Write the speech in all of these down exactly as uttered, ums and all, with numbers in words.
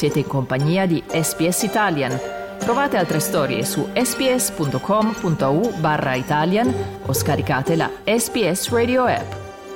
Siete in compagnia di S B S Italian. Trovate altre storie su sbs.com.au barra Italian o scaricate la S B S Radio app.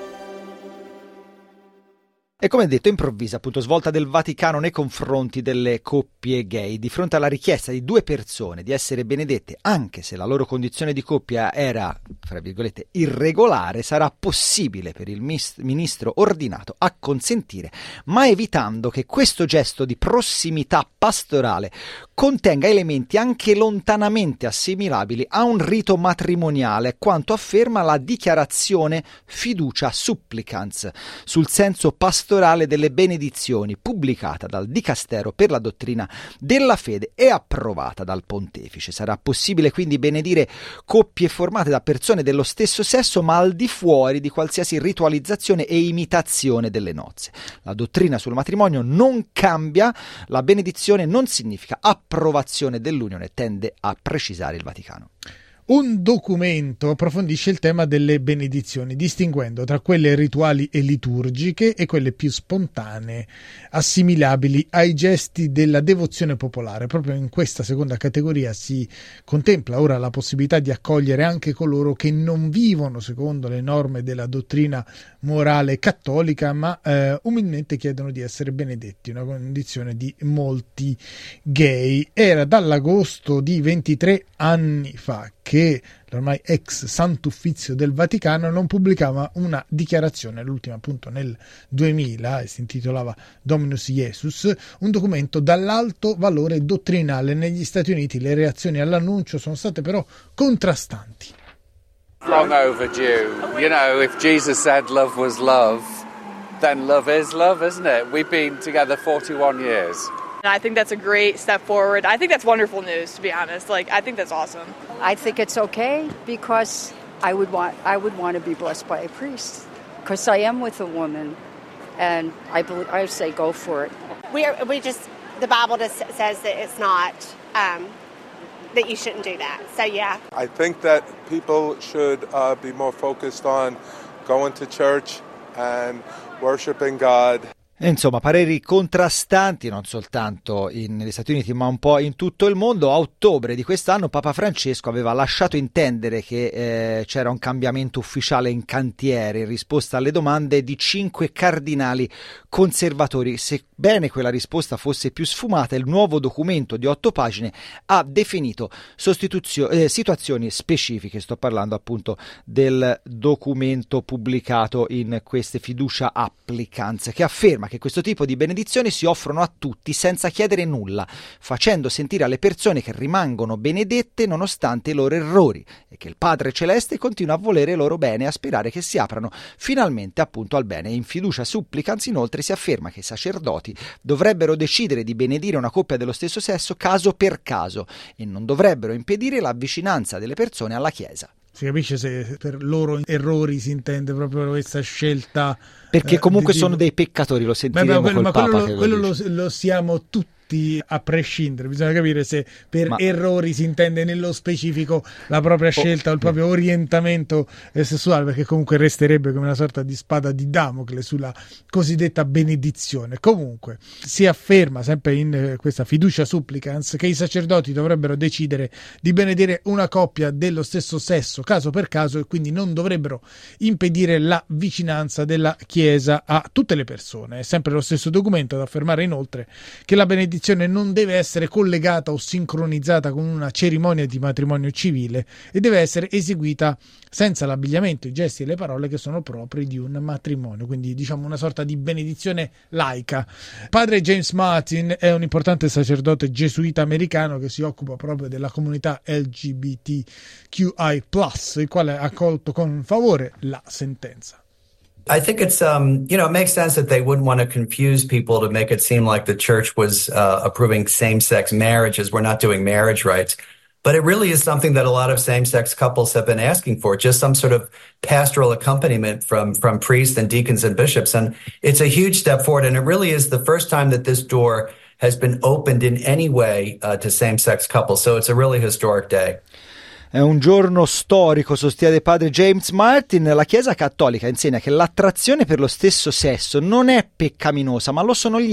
E come detto, improvvisa appunto svolta del Vaticano nei confronti delle coppie gay. Di fronte alla richiesta di due persone di essere benedette, anche se la loro condizione di coppia era, fra virgolette, irregolare, sarà possibile per il ministro ordinato acconsentire, ma evitando che questo gesto di prossimità pastorale contenga elementi anche lontanamente assimilabili a un rito matrimoniale, quanto afferma la dichiarazione Fiducia Supplicans sul senso pastorale delle benedizioni, pubblicata dal Dicastero per la dottrina della fede e approvata dal Pontefice. Sarà possibile quindi benedire coppie formate da persone dello stesso sesso, ma al di fuori di qualsiasi ritualizzazione e imitazione delle nozze. La dottrina sul matrimonio non cambia, la benedizione non significa approvazione dell'unione, tende a precisare il Vaticano. Un documento approfondisce il tema delle benedizioni, distinguendo tra quelle rituali e liturgiche e quelle più spontanee, assimilabili ai gesti della devozione popolare. Proprio in questa seconda categoria si contempla ora la possibilità di accogliere anche coloro che non vivono secondo le norme della dottrina morale cattolica, ma eh, umilmente chiedono di essere benedetti, una condizione di molti gay. Era dall'agosto di ventitré anni fa che l'ormai ex Sant'Uffizio del Vaticano non pubblicava una dichiarazione, l'ultima appunto nel duemila, e si intitolava Dominus Iesus, un documento dall'alto valore dottrinale. Negli Stati Uniti le reazioni all'annuncio sono state però contrastanti. Long overdue. You know, if Jesus said love was love, then love is love, isn't it? We've been together forty-one years. I think that's a great step forward. I think that's wonderful news, to be honest. Like, I think that's awesome. I think it's okay because I would want I would want to be blessed by a priest because I am with a woman, and I believe I say go for it. We are, we just the Bible just says that it's not um, that you shouldn't do that. So yeah. I think that people should uh, be more focused on going to church and worshiping God. E insomma, pareri contrastanti non soltanto in, negli Stati Uniti ma un po' in tutto il mondo. A ottobre di quest'anno Papa Francesco aveva lasciato intendere che eh, c'era un cambiamento ufficiale in cantiere in risposta alle domande di cinque cardinali conservatori. Sebbene quella risposta fosse più sfumata, il nuovo documento di otto pagine ha definito sostituzio- eh, situazioni specifiche. Sto parlando appunto del documento pubblicato in queste Fiducia Supplicans, che afferma che questo tipo di benedizioni si offrono a tutti senza chiedere nulla, facendo sentire alle persone che rimangono benedette nonostante i loro errori, e che il Padre Celeste continua a volere loro bene e a sperare che si aprano finalmente appunto al bene. In Fiducia Supplicans inoltre si afferma che i sacerdoti dovrebbero decidere di benedire una coppia dello stesso sesso caso per caso e non dovrebbero impedire la vicinanza delle persone alla Chiesa. Si capisce se per loro errori si intende proprio questa scelta. Perché comunque eh, di... sono dei peccatori, lo sentiremo Beh, ma, col ma Papa. Quello, che quello lo, lo, lo siamo tutti a prescindere, bisogna capire se per ma... errori si intende nello specifico la propria scelta oh, o il proprio orientamento sessuale, perché comunque resterebbe come una sorta di spada di Damocle sulla cosiddetta benedizione. Comunque si afferma sempre in questa Fiducia Supplicans che i sacerdoti dovrebbero decidere di benedire una coppia dello stesso sesso caso per caso, e quindi non dovrebbero impedire la vicinanza della Chiesa a tutte le persone. È sempre lo stesso documento ad affermare inoltre che la benedizione non deve essere collegata o sincronizzata con una cerimonia di matrimonio civile e deve essere eseguita senza l'abbigliamento, i gesti e le parole che sono propri di un matrimonio, quindi diciamo una sorta di benedizione laica. Padre James Martin è un importante sacerdote gesuita americano che si occupa proprio della comunità L G B T Q I plus, il quale ha accolto con favore la sentenza. I think it's, um, you know, it makes sense that they wouldn't want to confuse people to make it seem like the church was uh, approving same-sex marriages. We're not doing marriage rights. But it really is something that a lot of same-sex couples have been asking for, just some sort of pastoral accompaniment from, from priests and deacons and bishops. And it's a huge step forward. And it really is the first time that this door has been opened in any way uh, to same-sex couples. So it's a really historic day. È un giorno storico, sostiene padre James Martin. La Chiesa Cattolica insegna che l'attrazione per lo stesso sesso non è peccaminosa, ma lo sono gli atti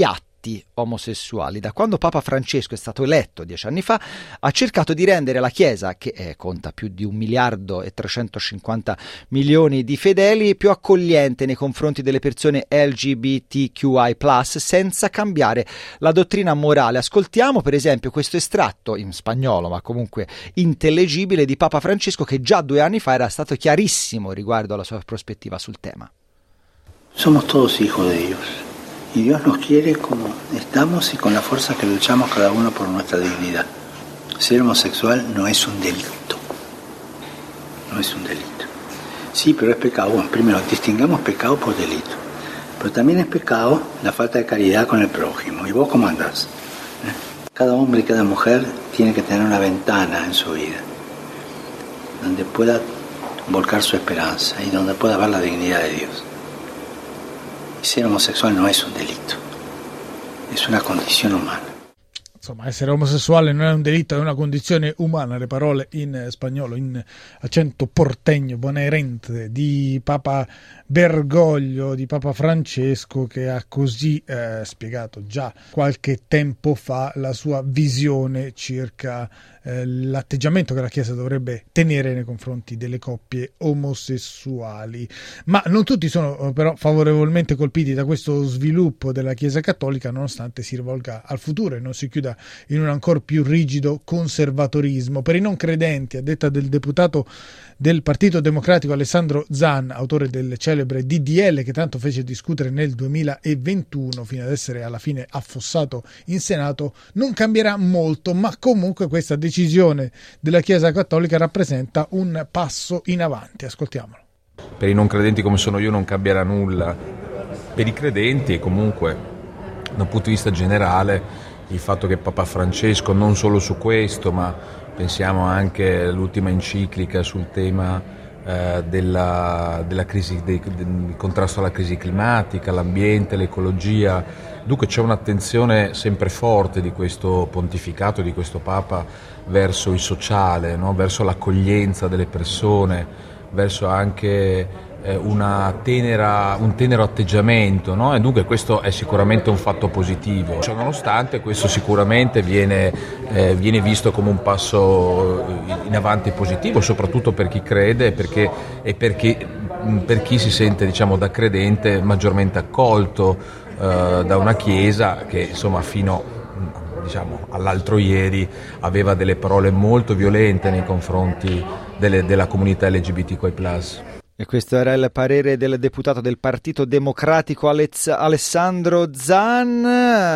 atti omosessuali. Da quando Papa Francesco è stato eletto dieci anni fa, ha cercato di rendere la Chiesa, che eh, conta più di un miliardo e trecentocinquanta milioni di fedeli, più accogliente nei confronti delle persone L G B T Q I plus, senza cambiare la dottrina morale. Ascoltiamo per esempio questo estratto in spagnolo, ma comunque intellegibile, di Papa Francesco, che già due anni fa era stato chiarissimo riguardo alla sua prospettiva sul tema. Somos todos hijos de Dios y Dios nos quiere como estamos y con la fuerza que luchamos cada uno por nuestra dignidad. Ser homosexual no es un delito, no es un delito. Sí, pero es pecado. Bueno, primero, distingamos pecado por delito, pero también es pecado la falta de caridad con el prójimo. ¿Y vos cómo andás? ¿Eh? Cada hombre y cada mujer tiene que tener una ventana en su vida donde pueda volcar su esperanza y donde pueda ver la dignidad de Dios. Ser omosessuale non è un delitto, è una condizione umana. Insomma, essere omosessuale non è un delitto, è una condizione umana. Le parole in spagnolo, in accento porteño, bonaerense, di Papa Bergoglio, di Papa Francesco, che ha così eh, spiegato già qualche tempo fa la sua visione circa eh, l'atteggiamento che la Chiesa dovrebbe tenere nei confronti delle coppie omosessuali. Ma non tutti sono però favorevolmente colpiti da questo sviluppo della Chiesa cattolica, nonostante si rivolga al futuro e non si chiuda in un ancora più rigido conservatorismo. Per i non credenti, a detta del deputato del Partito Democratico Alessandro Zan, autore del celebre D D L che tanto fece discutere nel duemilaventuno fino ad essere alla fine affossato in Senato, non cambierà molto, ma comunque questa decisione della Chiesa Cattolica rappresenta un passo in avanti. Ascoltiamolo. Per i non credenti come sono io non cambierà nulla. Per i credenti comunque, da un punto di vista generale, il fatto che Papa Francesco, non solo su questo, ma pensiamo anche all'ultima enciclica sul tema eh, della, della crisi, del, del contrasto alla crisi climatica, l'ambiente, l'ecologia, dunque c'è un'attenzione sempre forte di questo pontificato, di questo Papa verso il sociale, no? Verso l'accoglienza delle persone, verso anche Una tenera, un tenero atteggiamento, no? E dunque questo è sicuramente un fatto positivo. Cioè, nonostante questo sicuramente viene, eh, viene visto come un passo in avanti positivo, soprattutto per chi crede e perché, e perché per chi si sente, diciamo, da credente maggiormente accolto eh, da una Chiesa che insomma fino diciamo all'altro ieri aveva delle parole molto violente nei confronti delle, della comunità L G B T Q I plus. E questo era il parere del deputato del Partito Democratico Alez- Alessandro Zan.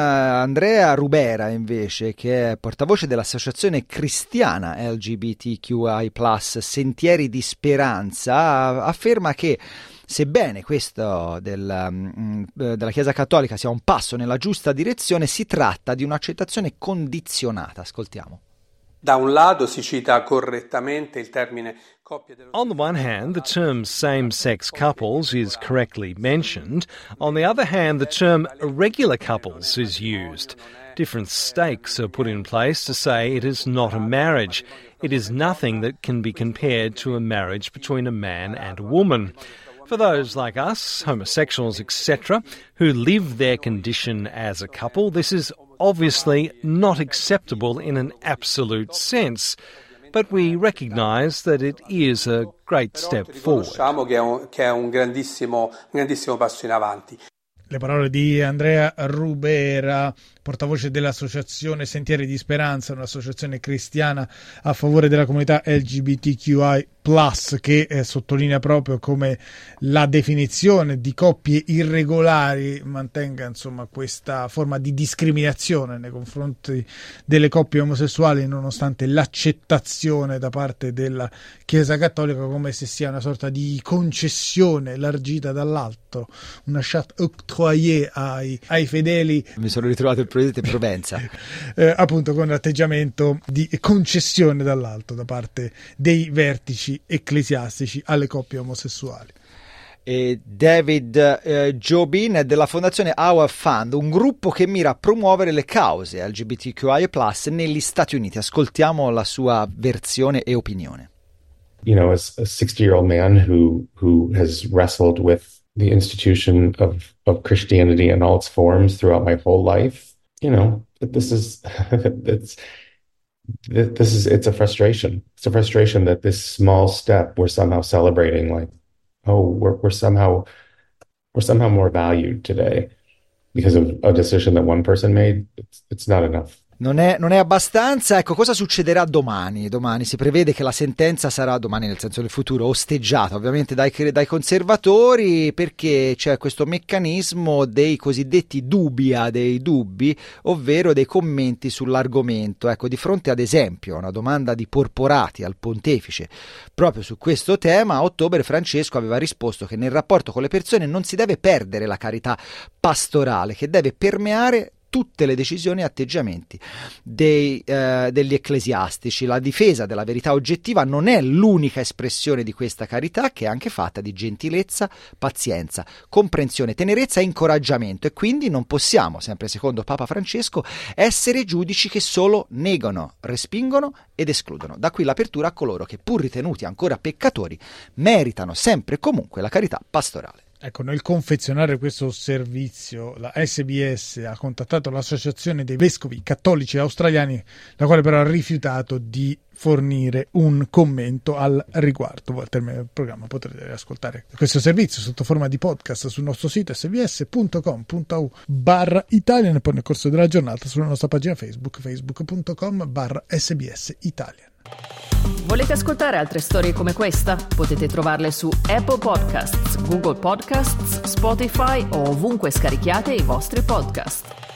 Andrea Rubera invece, che è portavoce dell'associazione cristiana L G B T Q I plus, Sentieri di Speranza, afferma che sebbene questo del, mh, della Chiesa Cattolica sia un passo nella giusta direzione, si tratta di un'accettazione condizionata. Ascoltiamo. Da un lato si cita correttamente il termine coppia dello... On the one hand, the term same-sex couples is correctly mentioned. On the other hand, the term irregular couples is used. Different stakes are put in place to say it is not a marriage. It is nothing that can be compared to a marriage between a man and a woman. For those like us, homosexuals, et cetera, who live their condition as a couple, this is obviously not acceptable in an absolute sense, but we recognise that it is a great step forward. Riconosciamo che è un, che è un grandissimo, un grandissimo passo in avanti. Le parole di Andrea Rubera, portavoce dell'associazione Sentieri di Speranza, un'associazione cristiana a favore della comunità L G B T Q I plus, che eh, sottolinea proprio come la definizione di coppie irregolari mantenga insomma questa forma di discriminazione nei confronti delle coppie omosessuali, nonostante l'accettazione da parte della Chiesa Cattolica, come se sia una sorta di concessione elargita dall'alto, una chat octroyée ai, ai fedeli. Mi sono ritrovato il presidente Provenza. eh, appunto con l'atteggiamento di concessione dall'alto da parte dei vertici ecclesiastici alle coppie omosessuali. E David eh, Jobin della fondazione Our Fund, un gruppo che mira a promuovere le cause L G B T Q I plus negli Stati Uniti. Ascoltiamo la sua versione e opinione. You know, as a sixty-year-old man who who has wrestled with the institution of of Christianity in all its forms throughout my whole life, you know, this is it's this is it's a frustration. It's a frustration that this small step we're somehow celebrating, like, oh, we're we're somehow we're somehow more valued today because of a decision that one person made. It's it's not enough. Non è, non è abbastanza. Ecco, cosa succederà domani? Domani si prevede che la sentenza sarà, domani nel senso del futuro, osteggiata ovviamente dai, dai conservatori, perché c'è questo meccanismo dei cosiddetti dubia, dei dubbi, ovvero dei commenti sull'argomento. Ecco, di fronte ad esempio a una domanda di Porporati al pontefice proprio su questo tema, a ottobre Francesco aveva risposto che nel rapporto con le persone non si deve perdere la carità pastorale, che deve permeare tutte le decisioni e atteggiamenti dei, eh, degli ecclesiastici. La difesa della verità oggettiva non è l'unica espressione di questa carità, che è anche fatta di gentilezza, pazienza, comprensione, tenerezza e incoraggiamento, e quindi non possiamo, sempre secondo Papa Francesco, essere giudici che solo negano, respingono ed escludono. Da qui l'apertura a coloro che, pur ritenuti ancora peccatori, meritano sempre e comunque la carità pastorale. Ecco, nel confezionare questo servizio la S B S ha contattato l'Associazione dei Vescovi Cattolici Australiani, la quale però ha rifiutato di fornire un commento al riguardo. Voi al termine del programma potrete ascoltare questo servizio sotto forma di podcast sul nostro sito sbs.com.au barra Italian e poi nel corso della giornata sulla nostra pagina Facebook, facebook.com barra SBS Italian. Volete ascoltare altre storie come questa? Potete trovarle su Apple Podcasts, Google Podcasts, Spotify o ovunque scarichiate i vostri podcast.